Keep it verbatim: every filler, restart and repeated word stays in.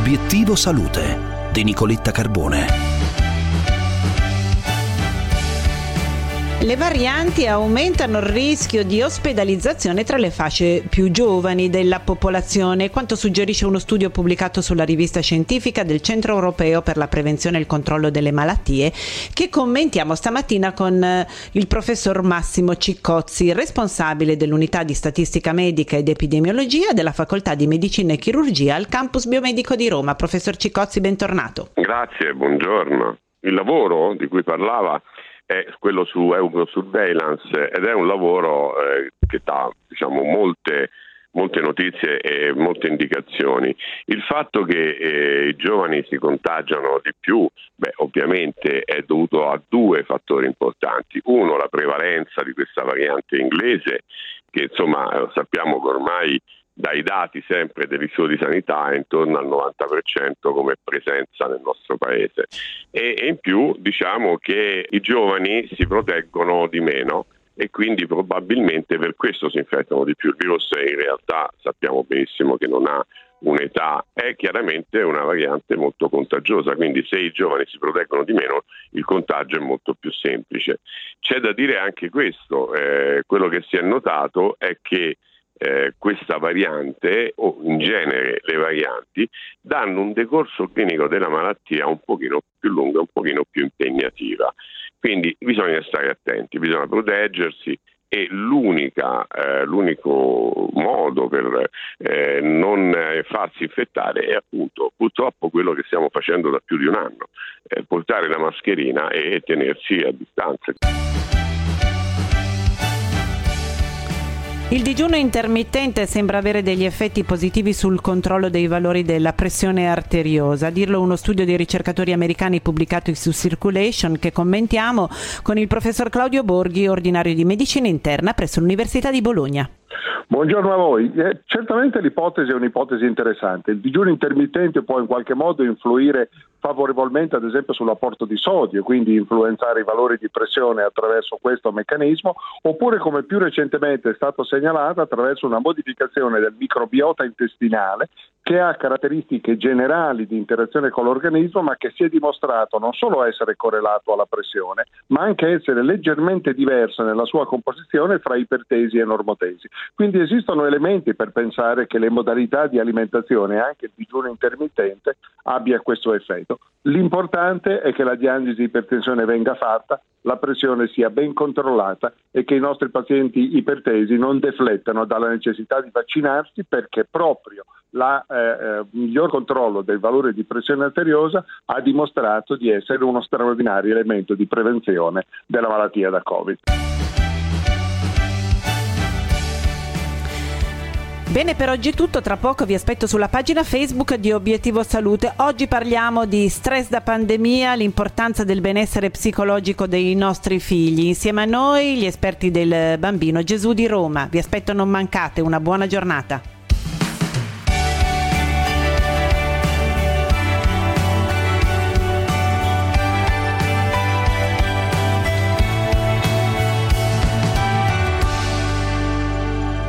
Obiettivo Salute di Nicoletta Carbone. Le varianti aumentano il rischio di ospedalizzazione tra le fasce più giovani della popolazione, quanto suggerisce uno studio pubblicato sulla rivista scientifica del Centro Europeo per la Prevenzione e il Controllo delle Malattie, che commentiamo stamattina con il professor Massimo Ciccozzi, responsabile dell'unità di statistica medica ed epidemiologia della Facoltà di Medicina e Chirurgia al Campus Biomedico di Roma. Professor Ciccozzi, bentornato. Grazie, buongiorno. Il lavoro di cui parlava è quello su Eurosurveillance ed è un lavoro eh, che dà diciamo molte molte notizie e molte indicazioni. Il fatto che eh, i giovani si contagiano di più, beh, ovviamente è dovuto a due fattori importanti. Uno, la prevalenza di questa variante inglese, che insomma sappiamo che ormai dai dati sempre dell'Istituto di Sanità è intorno al novanta per cento come presenza nel nostro paese, e, e in più diciamo che i giovani si proteggono di meno e quindi probabilmente per questo si infettano di più. Il virus in realtà sappiamo benissimo che non ha un'età, è chiaramente una variante molto contagiosa, quindi se i giovani si proteggono di meno il contagio è molto più semplice. C'è da dire anche questo, eh, quello che si è notato è che Eh, questa variante, o in genere le varianti, danno un decorso clinico della malattia un pochino più lungo e un pochino più impegnativa. Quindi bisogna stare attenti, bisogna proteggersi e l'unica, eh, l'unico modo per eh, non eh, farsi infettare è appunto purtroppo quello che stiamo facendo da più di un anno, eh, portare la mascherina e tenersi a distanza. Il digiuno intermittente sembra avere degli effetti positivi sul controllo dei valori della pressione arteriosa. A dirlo uno studio dei ricercatori americani pubblicato su Circulation, che commentiamo con il professor Claudio Borghi, ordinario di medicina interna presso l'Università di Bologna. Buongiorno a voi. Eh, certamente l'ipotesi è un'ipotesi interessante. Il digiuno intermittente può in qualche modo influire favorevolmente ad esempio sull'apporto di sodio, quindi influenzare i valori di pressione attraverso questo meccanismo, oppure come più recentemente è stato segnalato attraverso una modificazione del microbiota intestinale che ha caratteristiche generali di interazione con l'organismo, ma che si è dimostrato non solo essere correlato alla pressione, ma anche essere leggermente diverso nella sua composizione fra ipertesi e normotesi. Quindi esistono elementi per pensare che le modalità di alimentazione, anche il digiuno intermittente, abbia questo effetto. L'importante è che la diagnosi di ipertensione venga fatta, la pressione sia ben controllata e che i nostri pazienti ipertesi non deflettano dalla necessità di vaccinarsi, perché proprio la eh, eh, miglior controllo del valore di pressione arteriosa ha dimostrato di essere uno straordinario elemento di prevenzione della malattia da Covid. Bene, per oggi è tutto. Tra poco vi aspetto sulla pagina Facebook di Obiettivo Salute. Oggi parliamo di stress da pandemia, l'importanza del benessere psicologico dei nostri figli. Insieme a noi gli esperti del Bambino Gesù di Roma. Vi aspetto, non mancate. Una buona giornata.